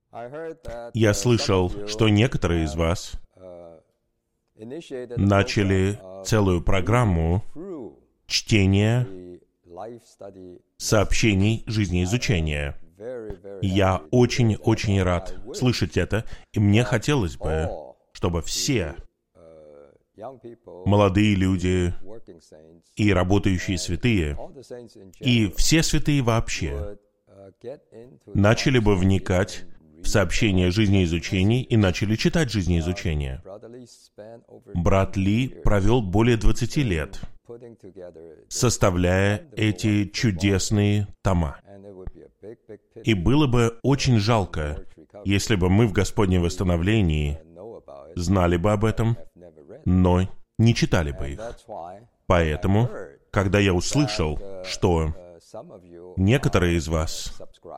Я слышал, что некоторые из вас начали целую программу чтения сообщений жизнеизучения. Я очень-очень рад слышать это, и мне хотелось бы, чтобы все молодые люди и работающие святые, и все святые вообще, начали бы вникать в сообщения жизнеизучений и начали читать жизнеизучения. Брат Ли провел более 20 лет, составляя эти чудесные тома. И было бы очень жалко, если бы мы в Господнем восстановлении знали бы об этом, но не читали бы их. Поэтому, когда я услышал, что некоторые из вас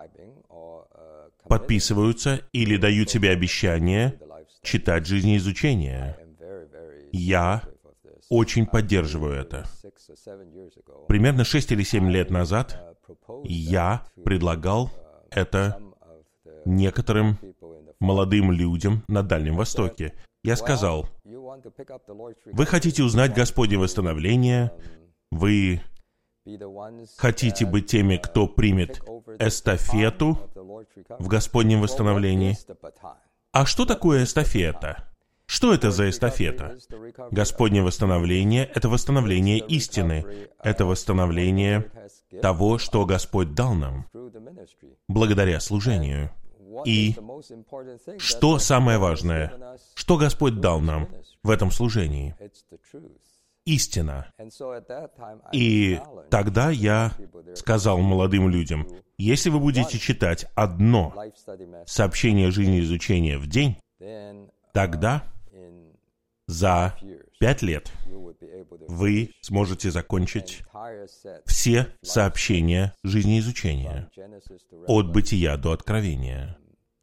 подписываются или дают себе обещание читать жизнеизучение, я очень поддерживаю это. Примерно 6 или 7 лет назад я предлагал это некоторым молодым людям на Дальнем Востоке. Я сказал: вы хотите узнать Господне восстановление, вы хотите быть теми, кто примет эстафету в Господнем восстановлении. А что такое эстафета? Что это за эстафета? Господнее восстановление — это восстановление истины. Это восстановление того, что Господь дал нам благодаря служению. И что самое важное? Что Господь дал нам в этом служении? Истина. И тогда я сказал молодым людям: если вы будете читать одно сообщение жизнеизучения в день, тогда за 5 лет вы сможете закончить все сообщения жизнеизучения от Бытия до Откровения.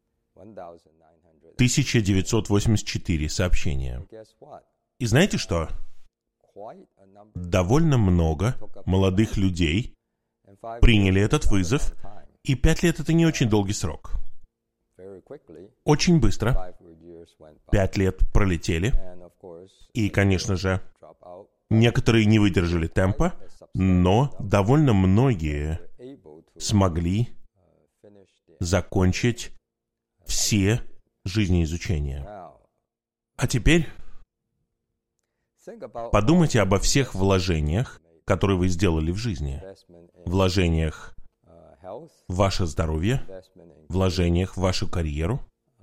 1984 сообщения. И знаете что? Довольно много молодых людей приняли этот вызов, и 5 лет — это не очень долгий срок. Очень быстро 5 лет пролетели, и, конечно же, некоторые не выдержали темпа, но довольно многие смогли закончить все жизнеизучения. А теперь подумайте обо всех вложениях, которые вы сделали в жизни. Вложениях в ваше здоровье, вложениях в вашу карьеру.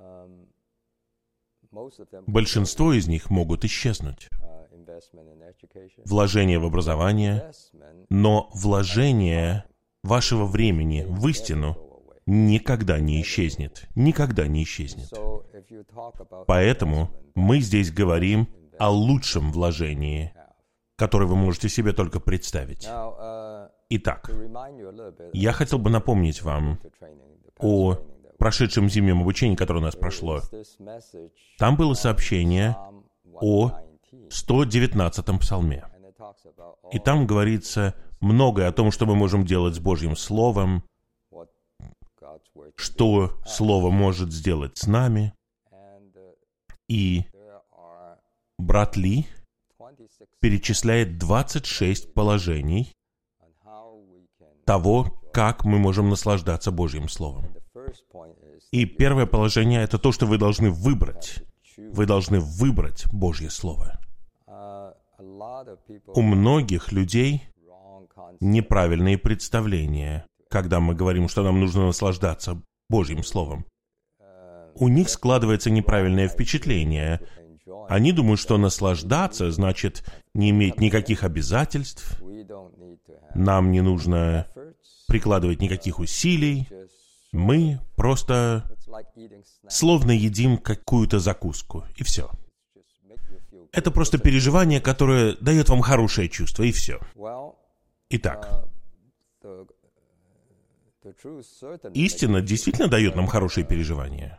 Большинство из них могут исчезнуть. Вложение в образование, но вложение вашего времени в истину никогда не исчезнет. Никогда не исчезнет. Поэтому мы здесь говорим о лучшем вложении, которое вы можете себе только представить. Итак, я хотел бы напомнить вам о прошедшем зимнем обучении, которое у нас прошло. Там было сообщение о 119-м псалме. И там говорится многое о том, что мы можем делать с Божьим Словом, что Слово может сделать с нами. И брат Ли перечисляет 26 положений того, как мы можем наслаждаться Божьим Словом. И первое положение — это то, что вы должны выбрать. Вы должны выбрать Божье Слово. У многих людей неправильные представления, когда мы говорим, что нам нужно наслаждаться Божьим Словом. У них складывается неправильное впечатление. Они думают, что наслаждаться значит не иметь никаких обязательств, нам не нужно прикладывать никаких усилий, мы просто словно едим какую-то закуску, и все. Это просто переживание, которое дает вам хорошее чувство, и все. Итак, истина действительно дает нам хорошие переживания.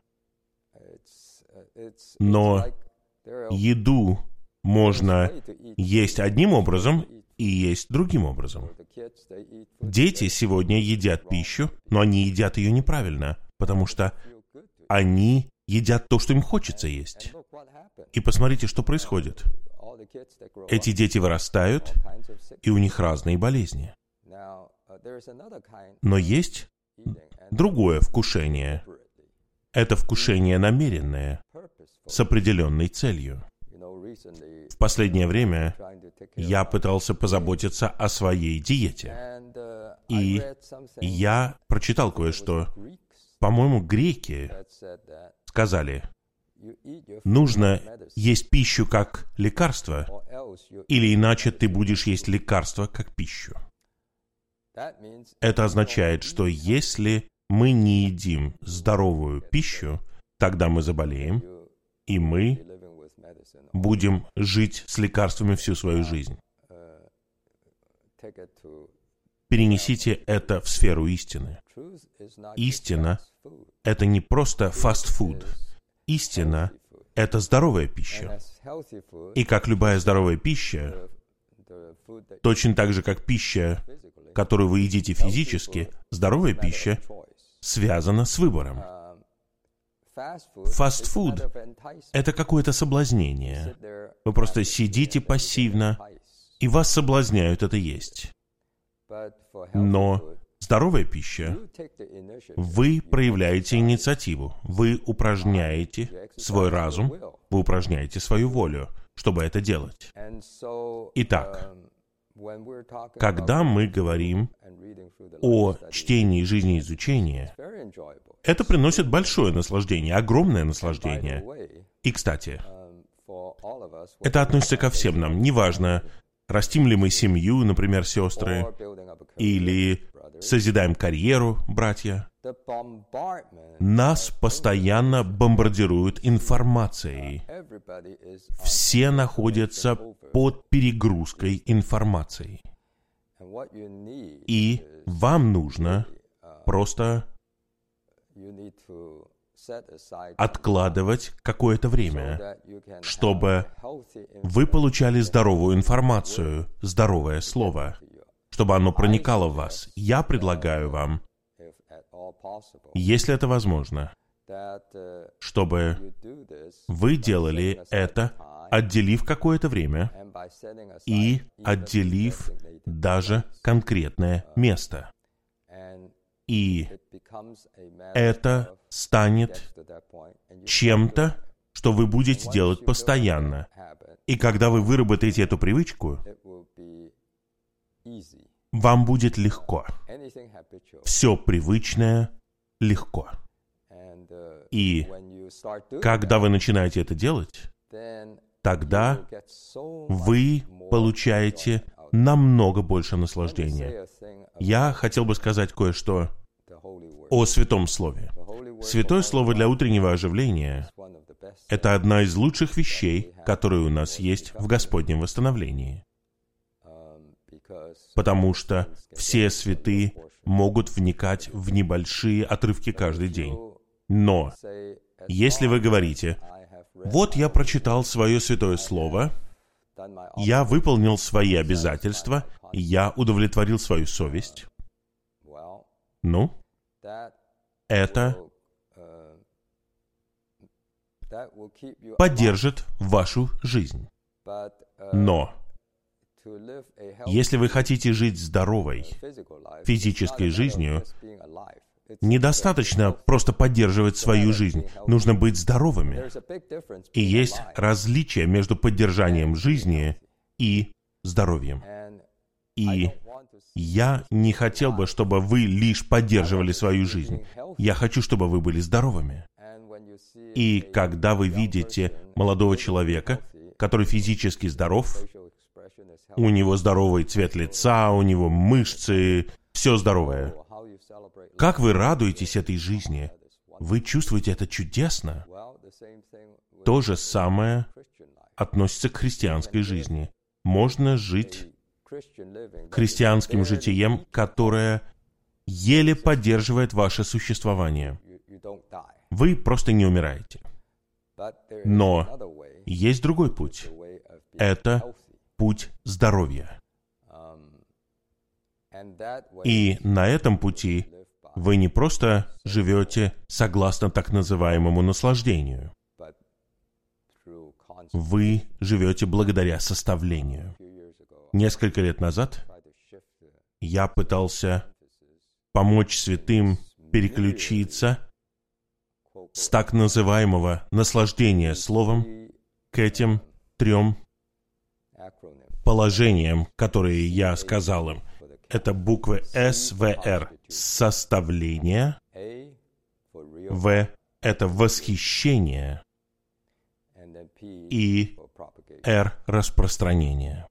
Но еду можно есть одним образом и есть другим образом. Дети сегодня едят пищу, но они едят ее неправильно, потому что они едят то, что им хочется есть. И посмотрите, что происходит. Эти дети вырастают, и у них разные болезни. Но есть другое вкушение. Это вкушение намеренное, с определенной целью. В последнее время я пытался позаботиться о своей диете. И я прочитал кое-что. По-моему, греки сказали, нужно есть пищу как лекарство, или иначе ты будешь есть лекарство как пищу. Это означает, что если мы не едим здоровую пищу, тогда мы заболеем, и мы будем жить с лекарствами всю свою жизнь. Перенесите это в сферу истины. Истина — это не просто фастфуд. Истина — это здоровая пища. И как любая здоровая пища, точно так же, как пища, которую вы едите физически, здоровая пища связана с выбором. Фастфуд — это какое-то соблазнение. Вы просто сидите пассивно, и вас соблазняют это есть. Но здоровая пища, вы проявляете инициативу, вы упражняете свой разум, вы упражняете свою волю, чтобы это делать. Итак, когда мы говорим о чтении и жизнеизучении, это приносит большое наслаждение, огромное наслаждение. И, кстати, это относится ко всем нам. Неважно, растим ли мы семью, например, сестры, или созидаем карьеру, братья. Нас постоянно бомбардируют информацией. Все находятся под перегрузкой информацией. И вам нужно просто откладывать какое-то время, чтобы вы получали здоровую информацию, здоровое слово, чтобы оно проникало в вас. Я предлагаю вам, если это возможно, чтобы вы делали это, отделив какое-то время и отделив даже конкретное место. И это станет чем-то, что вы будете делать постоянно. И когда вы выработаете эту привычку, вам будет легко. Все привычное легко. И когда вы начинаете это делать, тогда вы получаете намного больше наслаждения. Я хотел бы сказать кое-что о Святом Слове. Святое Слово для утреннего оживления — это одна из лучших вещей, которые у нас есть в Господнем восстановлении. Потому что все святые могут вникать в небольшие отрывки каждый день. Но если вы говорите, вот я прочитал свое Святое Слово, я выполнил свои обязательства, я удовлетворил свою совесть, ну, это поддержит вашу жизнь. Но если вы хотите жить здоровой физической жизнью, недостаточно просто поддерживать свою жизнь. Нужно быть здоровыми. И есть различие между поддержанием жизни и здоровьем. И я не хотел бы, чтобы вы лишь поддерживали свою жизнь. Я хочу, чтобы вы были здоровыми. И когда вы видите молодого человека, который физически здоров, у него здоровый цвет лица, у него мышцы, все здоровое. Как вы радуетесь этой жизни? Вы чувствуете это чудесно? То же самое относится к христианской жизни. Можно жить христианским житием, которое еле поддерживает ваше существование. Вы просто не умираете. Но есть другой путь. Это путь здоровья. И на этом пути Вы не просто живете согласно так называемому наслаждению. Вы живете благодаря составлению. Несколько лет назад я пытался помочь святым переключиться с так называемого наслаждения словом к этим 3 положениям, которые я сказал им. Это буквы СВР – составление, В – это восхищение, и Р – распространение.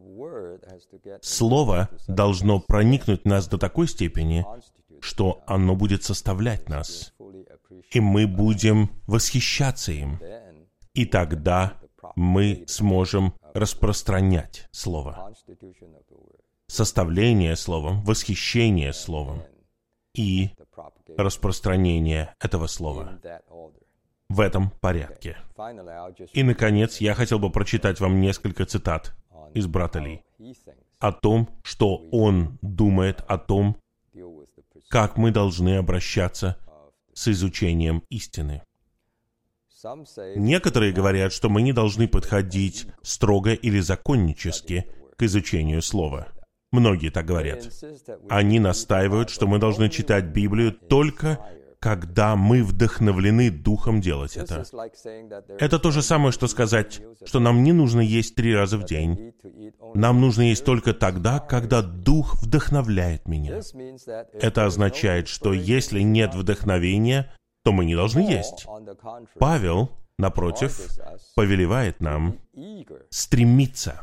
Слово должно проникнуть в нас до такой степени, что оно будет составлять нас, и мы будем восхищаться им, и тогда мы сможем распространять Слово. Составление Словом, восхищение Словом и распространение этого Слова. В этом порядке. И, наконец, я хотел бы прочитать вам несколько цитат из брата Ли о том, что он думает о том, как мы должны обращаться с изучением истины. Некоторые говорят, что мы не должны подходить строго или законнически к изучению Слова. Многие так говорят. Они настаивают, что мы должны читать Библию только когда мы вдохновлены Духом делать это. Это то же самое, что сказать, что нам не нужно есть 3 раза в день. Нам нужно есть только тогда, когда Дух вдохновляет меня. Это означает, что если нет вдохновения, то мы не должны есть. Павел, напротив, повелевает нам стремиться.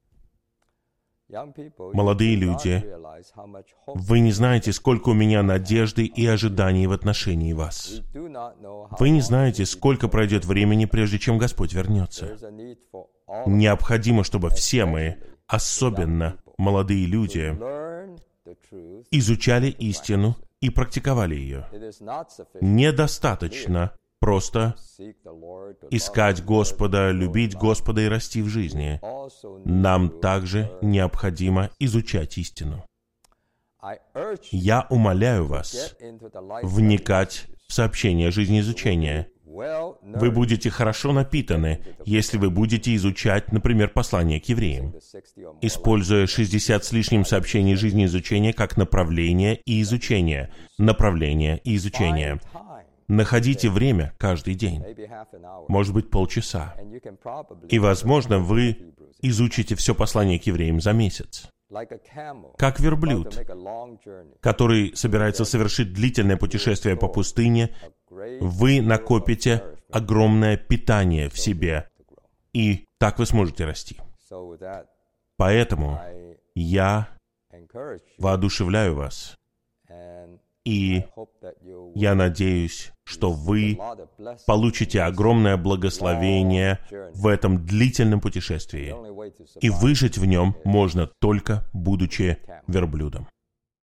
Молодые люди, вы не знаете, сколько у меня надежды и ожиданий в отношении вас. Вы не знаете, сколько пройдет времени, прежде чем Господь вернется. Необходимо, чтобы все мы, особенно молодые люди, изучали истину и практиковали ее. Недостаточно просто искать Господа, любить Господа и расти в жизни. Нам также необходимо изучать истину. Я умоляю вас вникать в сообщение жизнеизучения. Вы будете хорошо напитаны, если вы будете изучать, например, послание к евреям, используя 60 с лишним сообщений жизнеизучения как направление и изучение. Направление и изучение. Находите время каждый день, может быть, полчаса. И, возможно, вы изучите все послание к евреям за месяц. Как верблюд, который собирается совершить длительное путешествие по пустыне, вы накопите огромное питание в себе, и так вы сможете расти. Поэтому я воодушевляю вас, и я надеюсь, что вы получите огромное благословение в этом длительном путешествии. И выжить в нем можно только будучи верблюдом.